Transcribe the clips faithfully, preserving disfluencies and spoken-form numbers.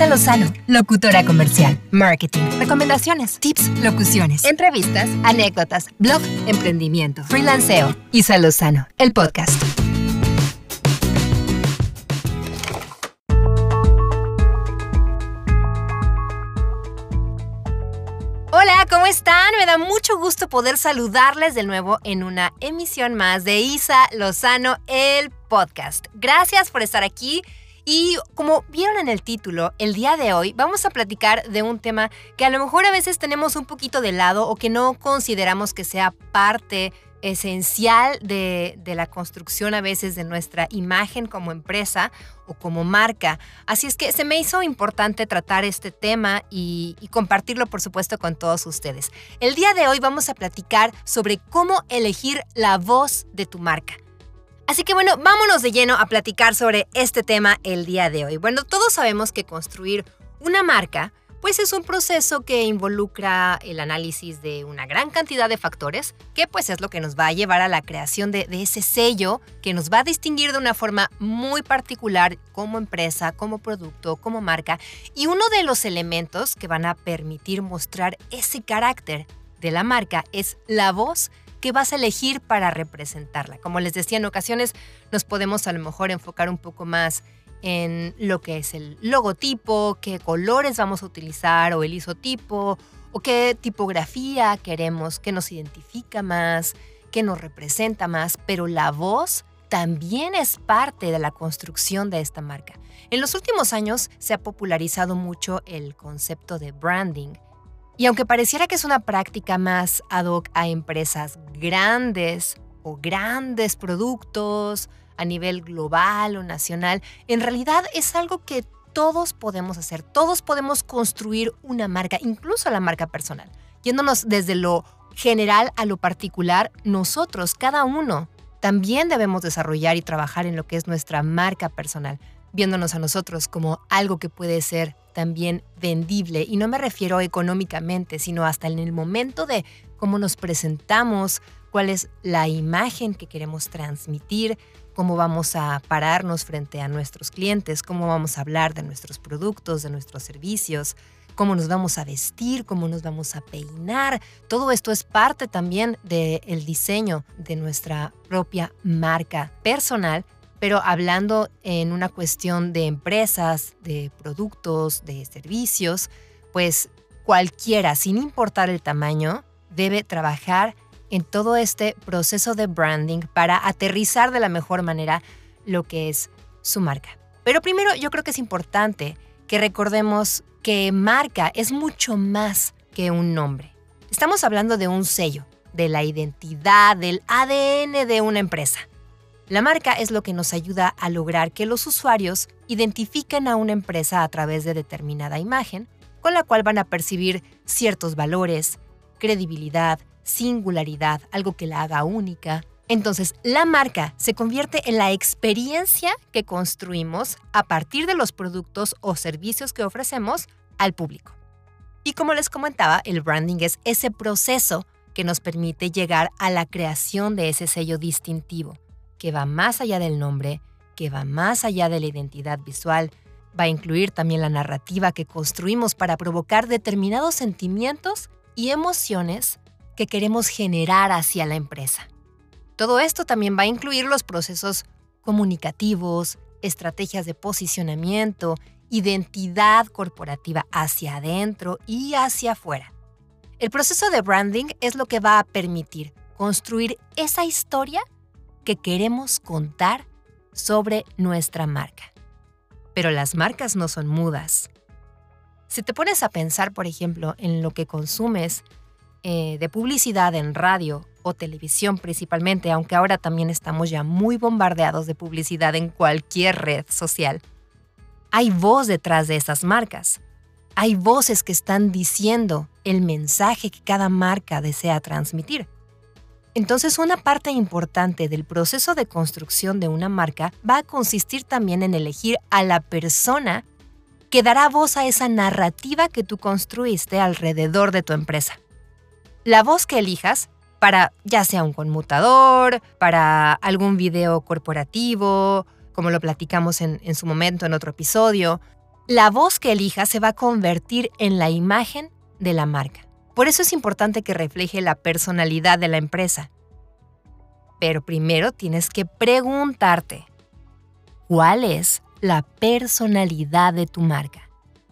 Isa Lozano, locutora comercial, marketing, recomendaciones, tips, locuciones, entrevistas, anécdotas, blog, emprendimiento, freelanceo. Isa Lozano, el podcast. Hola, ¿cómo están? Me da mucho gusto poder saludarles de nuevo en una emisión más de Isa Lozano, el podcast. Gracias por estar aquí y como vieron en el título, el día de hoy vamos a platicar de un tema que a lo mejor a veces tenemos un poquito de lado o que no consideramos que sea parte esencial de, de la construcción a veces de nuestra imagen como empresa o como marca. Así es que se me hizo importante tratar este tema y, y compartirlo, por supuesto, con todos ustedes. El día de hoy vamos a platicar sobre cómo elegir la voz de tu marca. Así que bueno, vámonos de lleno a platicar sobre este tema el día de hoy. Bueno, todos sabemos que construir una marca pues es un proceso que involucra el análisis de una gran cantidad de factores, que pues es lo que nos va a llevar a la creación de, de ese sello que nos va a distinguir de una forma muy particular como empresa, como producto, como marca, y uno de los elementos que van a permitir mostrar ese carácter de la marca es la voz que vas a elegir para representarla. Como les decía, en ocasiones nos podemos a lo mejor enfocar un poco más en lo que es el logotipo, qué colores vamos a utilizar o el isotipo, o qué tipografía queremos, qué nos identifica más, qué nos representa más, pero la voz también es parte de la construcción de esta marca. En los últimos años se ha popularizado mucho el concepto de branding, y aunque pareciera que es una práctica más ad hoc a empresas grandes o grandes productos, a nivel global o nacional, en realidad es algo que todos podemos hacer. Todos podemos construir una marca, incluso la marca personal. Yéndonos desde lo general a lo particular, nosotros, cada uno, también debemos desarrollar y trabajar en lo que es nuestra marca personal, viéndonos a nosotros como algo que puede ser también vendible. Y no me refiero económicamente, sino hasta en el momento de cómo nos presentamos, cuál es la imagen que queremos transmitir, cómo vamos a pararnos frente a nuestros clientes, cómo vamos a hablar de nuestros productos, de nuestros servicios, cómo nos vamos a vestir, cómo nos vamos a peinar. Todo esto es parte también del diseño de nuestra propia marca personal, pero hablando en una cuestión de empresas, de productos, de servicios, pues cualquiera, sin importar el tamaño, debe trabajar en todo este proceso de branding para aterrizar de la mejor manera lo que es su marca. Pero primero yo creo que es importante que recordemos que marca es mucho más que un nombre. Estamos hablando de un sello, de la identidad, del A D N de una empresa. La marca es lo que nos ayuda a lograr que los usuarios identifiquen a una empresa a través de determinada imagen, con la cual van a percibir ciertos valores, credibilidad, singularidad, algo que la haga única. Entonces, la marca se convierte en la experiencia que construimos a partir de los productos o servicios que ofrecemos al público. Y como les comentaba, el branding es ese proceso que nos permite llegar a la creación de ese sello distintivo, que va más allá del nombre, que va más allá de la identidad visual, va a incluir también la narrativa que construimos para provocar determinados sentimientos y emociones que queremos generar hacia la empresa. Todo esto también va a incluir los procesos comunicativos, estrategias de posicionamiento, identidad corporativa hacia adentro y hacia afuera. El proceso de branding es lo que va a permitir construir esa historia que queremos contar sobre nuestra marca. Pero las marcas no son mudas. Si te pones a pensar, por ejemplo, en lo que consumes Eh, de publicidad en radio o televisión principalmente, aunque ahora también estamos ya muy bombardeados de publicidad en cualquier red social. Hay voz detrás de esas marcas. Hay voces que están diciendo el mensaje que cada marca desea transmitir. Entonces, una parte importante del proceso de construcción de una marca va a consistir también en elegir a la persona que dará voz a esa narrativa que tú construiste alrededor de tu empresa. La voz que elijas para ya sea un conmutador, para algún video corporativo, como lo platicamos en, en su momento en otro episodio, la voz que elijas se va a convertir en la imagen de la marca. Por eso es importante que refleje la personalidad de la empresa. Pero primero tienes que preguntarte, ¿cuál es la personalidad de tu marca?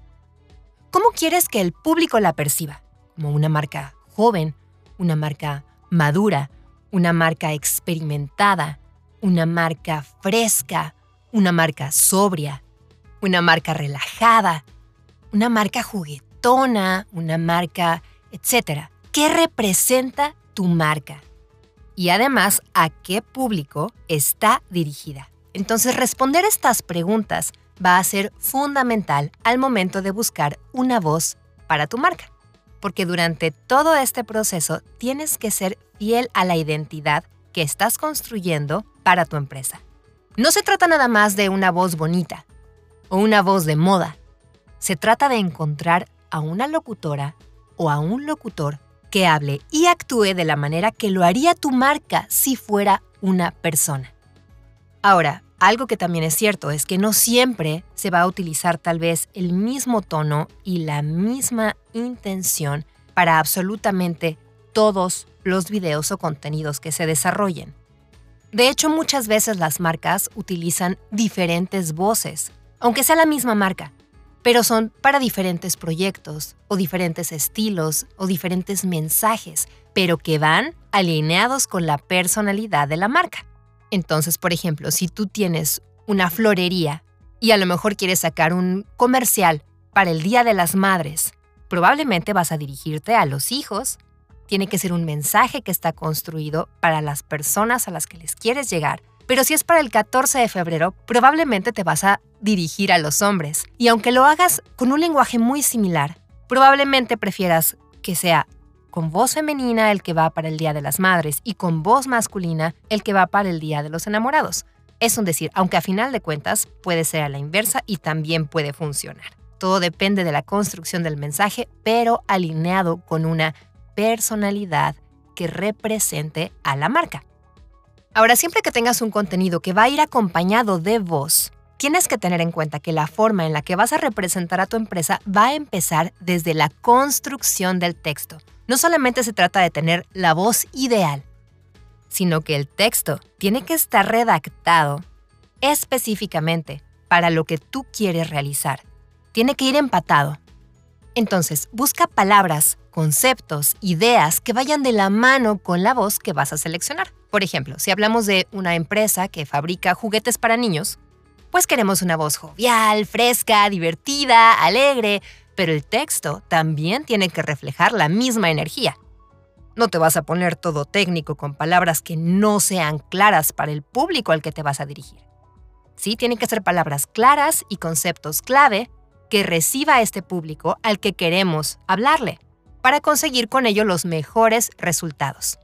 ¿Cómo quieres que el público la perciba? ¿Como una marca joven, una marca madura, una marca experimentada, una marca fresca, una marca sobria, una marca relajada, una marca juguetona, una marca, etcétera? ¿Qué representa tu marca? Y además, ¿a qué público está dirigida? Entonces, responder estas preguntas va a ser fundamental al momento de buscar una voz para tu marca. Porque durante todo este proceso tienes que ser fiel a la identidad que estás construyendo para tu empresa. No se trata nada más de una voz bonita o una voz de moda. Se trata de encontrar a una locutora o a un locutor que hable y actúe de la manera que lo haría tu marca si fuera una persona. Ahora, algo que también es cierto es que no siempre se va a utilizar tal vez el mismo tono y la misma intención para absolutamente todos los videos o contenidos que se desarrollen. De hecho, muchas veces las marcas utilizan diferentes voces, aunque sea la misma marca, pero son para diferentes proyectos o diferentes estilos o diferentes mensajes, pero que van alineados con la personalidad de la marca. Entonces, por ejemplo, si tú tienes una florería y a lo mejor quieres sacar un comercial para el Día de las Madres, probablemente vas a dirigirte a los hijos. Tiene que ser un mensaje que está construido para las personas a las que les quieres llegar. Pero si es para el catorce de febrero, probablemente te vas a dirigir a los hombres. Y aunque lo hagas con un lenguaje muy similar, probablemente prefieras que sea con voz femenina el que va para el Día de las Madres y con voz masculina el que va para el Día de los Enamorados. Es un decir, aunque a final de cuentas puede ser a la inversa y también puede funcionar. Todo depende de la construcción del mensaje, pero alineado con una personalidad que represente a la marca. Ahora, siempre que tengas un contenido que va a ir acompañado de voz, tienes que tener en cuenta que la forma en la que vas a representar a tu empresa va a empezar desde la construcción del texto. No solamente se trata de tener la voz ideal, sino que el texto tiene que estar redactado específicamente para lo que tú quieres realizar. Tiene que ir empatado. Entonces, busca palabras, conceptos, ideas que vayan de la mano con la voz que vas a seleccionar. Por ejemplo, si hablamos de una empresa que fabrica juguetes para niños, pues queremos una voz jovial, fresca, divertida, alegre, pero el texto también tiene que reflejar la misma energía. No te vas a poner todo técnico con palabras que no sean claras para el público al que te vas a dirigir. Sí, tienen que ser palabras claras y conceptos clave que reciba a este público al que queremos hablarle, para conseguir con ello los mejores resultados.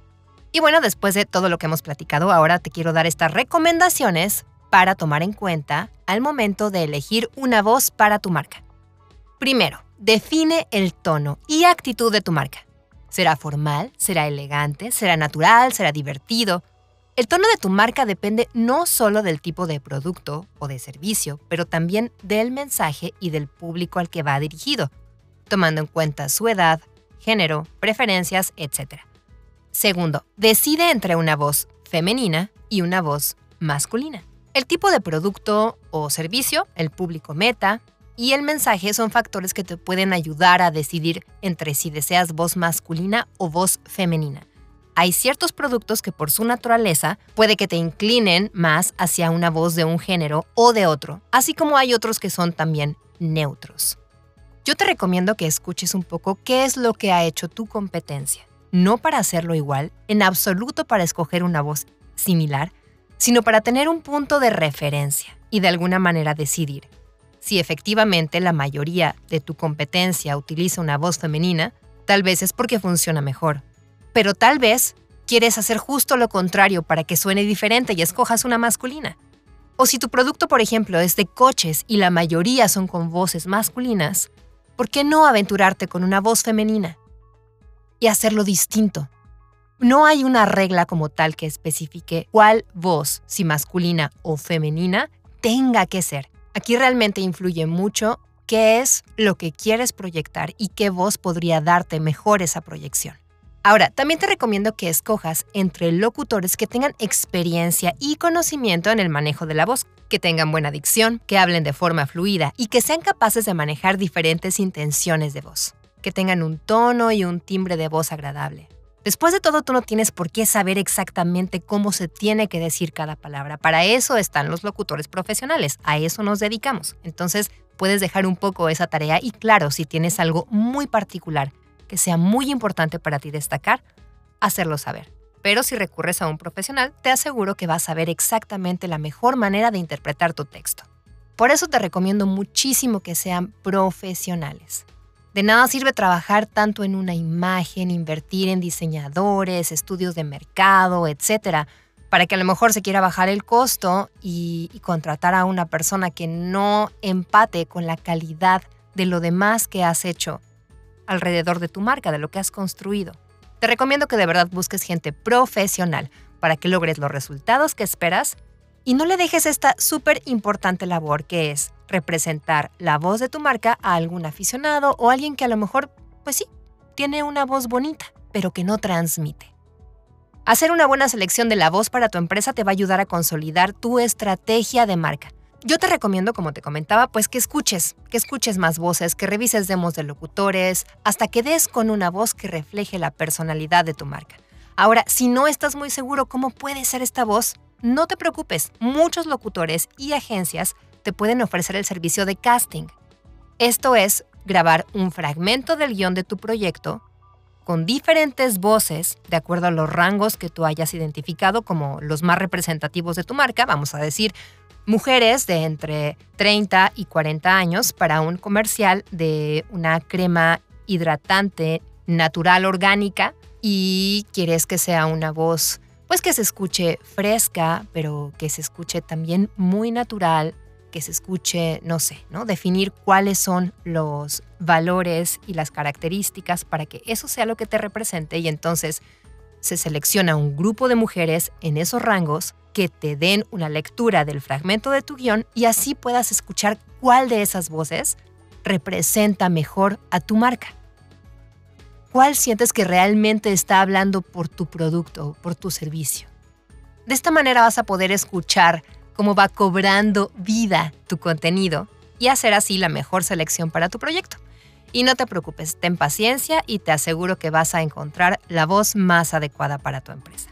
Y bueno, después de todo lo que hemos platicado, ahora te quiero dar estas recomendaciones para tomar en cuenta al momento de elegir una voz para tu marca. Primero, define el tono y actitud de tu marca. ¿Será formal? ¿Será elegante? ¿Será natural? ¿Será divertido? El tono de tu marca depende no solo del tipo de producto o de servicio, pero también del mensaje y del público al que va dirigido, tomando en cuenta su edad, género, preferencias, etcétera. Segundo, decide entre una voz femenina y una voz masculina. El tipo de producto o servicio, el público meta y el mensaje son factores que te pueden ayudar a decidir entre si deseas voz masculina o voz femenina. Hay ciertos productos que por su naturaleza puede que te inclinen más hacia una voz de un género o de otro, así como hay otros que son también neutros. Yo te recomiendo que escuches un poco qué es lo que ha hecho tu competencia, no para hacerlo igual, en absoluto para escoger una voz similar, sino para tener un punto de referencia y de alguna manera decidir. Si efectivamente la mayoría de tu competencia utiliza una voz femenina, tal vez es porque funciona mejor. Pero tal vez quieres hacer justo lo contrario para que suene diferente y escojas una masculina. O si tu producto, por ejemplo, es de coches y la mayoría son con voces masculinas, ¿por qué no aventurarte con una voz femenina y hacerlo distinto? No hay una regla como tal que especifique cuál voz, si masculina o femenina, tenga que ser. Aquí realmente influye mucho qué es lo que quieres proyectar y qué voz podría darte mejor esa proyección. Ahora, también te recomiendo que escojas entre locutores que tengan experiencia y conocimiento en el manejo de la voz, que tengan buena dicción, que hablen de forma fluida y que sean capaces de manejar diferentes intenciones de voz, que tengan un tono y un timbre de voz agradable. Después de todo, tú no tienes por qué saber exactamente cómo se tiene que decir cada palabra. Para eso están los locutores profesionales, a eso nos dedicamos. Entonces, puedes dejar un poco esa tarea y claro, si tienes algo muy particular que sea muy importante para ti destacar, hacerlo saber. Pero si recurres a un profesional, te aseguro que vas a ver exactamente la mejor manera de interpretar tu texto. Por eso te recomiendo muchísimo que sean profesionales. De nada sirve trabajar tanto en una imagen, invertir en diseñadores, estudios de mercado, etcétera, para que a lo mejor se quiera bajar el costo y, y contratar a una persona que no empate con la calidad de lo demás que has hecho alrededor de tu marca, de lo que has construido. Te recomiendo que de verdad busques gente profesional para que logres los resultados que esperas y no le dejes esta súper importante labor que es representar la voz de tu marca a algún aficionado o alguien que a lo mejor, pues sí, tiene una voz bonita, pero que no transmite. Hacer una buena selección de la voz para tu empresa te va a ayudar a consolidar tu estrategia de marca. Yo te recomiendo, como te comentaba, pues que escuches, que escuches más voces, que revises demos de locutores, hasta que des con una voz que refleje la personalidad de tu marca. Ahora, si no estás muy seguro cómo puede ser esta voz, no te preocupes, muchos locutores y agencias te pueden ofrecer el servicio de casting. Esto es grabar un fragmento del guión de tu proyecto con diferentes voces, de acuerdo a los rangos que tú hayas identificado como los más representativos de tu marca, vamos a decir, mujeres de entre treinta y cuarenta años para un comercial de una crema hidratante natural orgánica y quieres que sea una voz pues que se escuche fresca, pero que se escuche también muy natural, que se escuche, no sé, ¿no? Definir cuáles son los valores y las características para que eso sea lo que te represente y entonces se selecciona un grupo de mujeres en esos rangos que te den una lectura del fragmento de tu guión y así puedas escuchar cuál de esas voces representa mejor a tu marca. ¿Cuál sientes que realmente está hablando por tu producto o por tu servicio? De esta manera vas a poder escuchar cómo va cobrando vida tu contenido y hacer así la mejor selección para tu proyecto. Y no te preocupes, ten paciencia y te aseguro que vas a encontrar la voz más adecuada para tu empresa.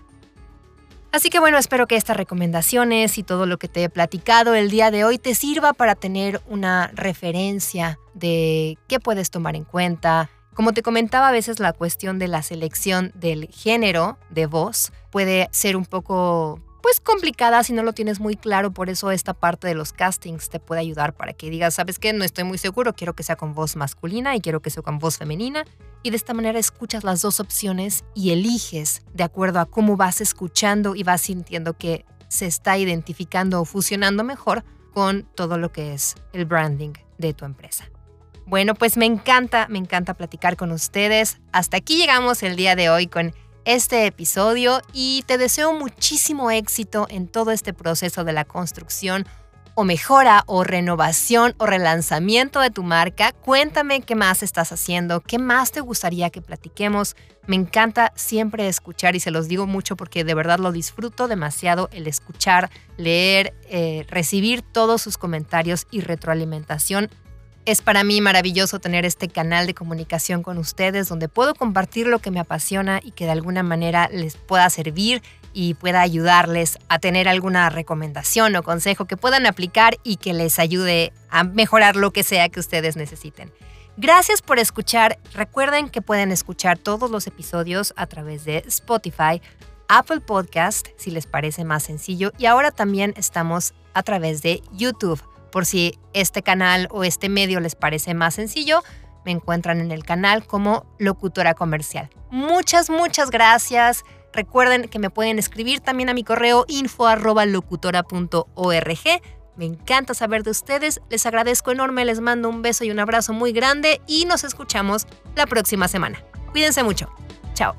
Así que bueno, espero que estas recomendaciones y todo lo que te he platicado el día de hoy te sirva para tener una referencia de qué puedes tomar en cuenta. Como te comentaba, a veces la cuestión de la selección del género de voz puede ser un poco pues complicada si no lo tienes muy claro, por eso esta parte de los castings te puede ayudar para que digas, ¿sabes qué? No estoy muy seguro, quiero que sea con voz masculina y quiero que sea con voz femenina. Y de esta manera escuchas las dos opciones y eliges de acuerdo a cómo vas escuchando y vas sintiendo que se está identificando o fusionando mejor con todo lo que es el branding de tu empresa. Bueno, pues me encanta, me encanta platicar con ustedes. Hasta aquí llegamos el día de hoy con este episodio y te deseo muchísimo éxito en todo este proceso de la construcción o mejora o renovación o relanzamiento de tu marca. Cuéntame qué más estás haciendo, qué más te gustaría que platiquemos. Me encanta siempre escuchar y se los digo mucho porque de verdad lo disfruto demasiado el escuchar, leer, eh, recibir todos sus comentarios y retroalimentación. Es para mí maravilloso tener este canal de comunicación con ustedes donde puedo compartir lo que me apasiona y que de alguna manera les pueda servir y pueda ayudarles a tener alguna recomendación o consejo que puedan aplicar y que les ayude a mejorar lo que sea que ustedes necesiten. Gracias por escuchar. Recuerden que pueden escuchar todos los episodios a través de Spotify, Apple Podcast, si les parece más sencillo, y ahora también estamos a través de YouTube. Por si este canal o este medio les parece más sencillo, me encuentran en el canal como Locutora Comercial. Muchas, muchas gracias. Recuerden que me pueden escribir también a mi correo info arroba locutora punto org. Me encanta saber de ustedes. Les agradezco enorme, les mando un beso y un abrazo muy grande y nos escuchamos la próxima semana. Cuídense mucho. Chao.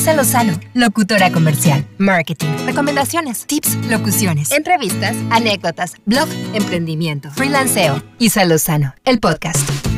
Isa Lozano, locutora comercial, marketing, recomendaciones, tips, locuciones, entrevistas, anécdotas, blog, emprendimiento, freelanceo. Isa Lozano, el podcast.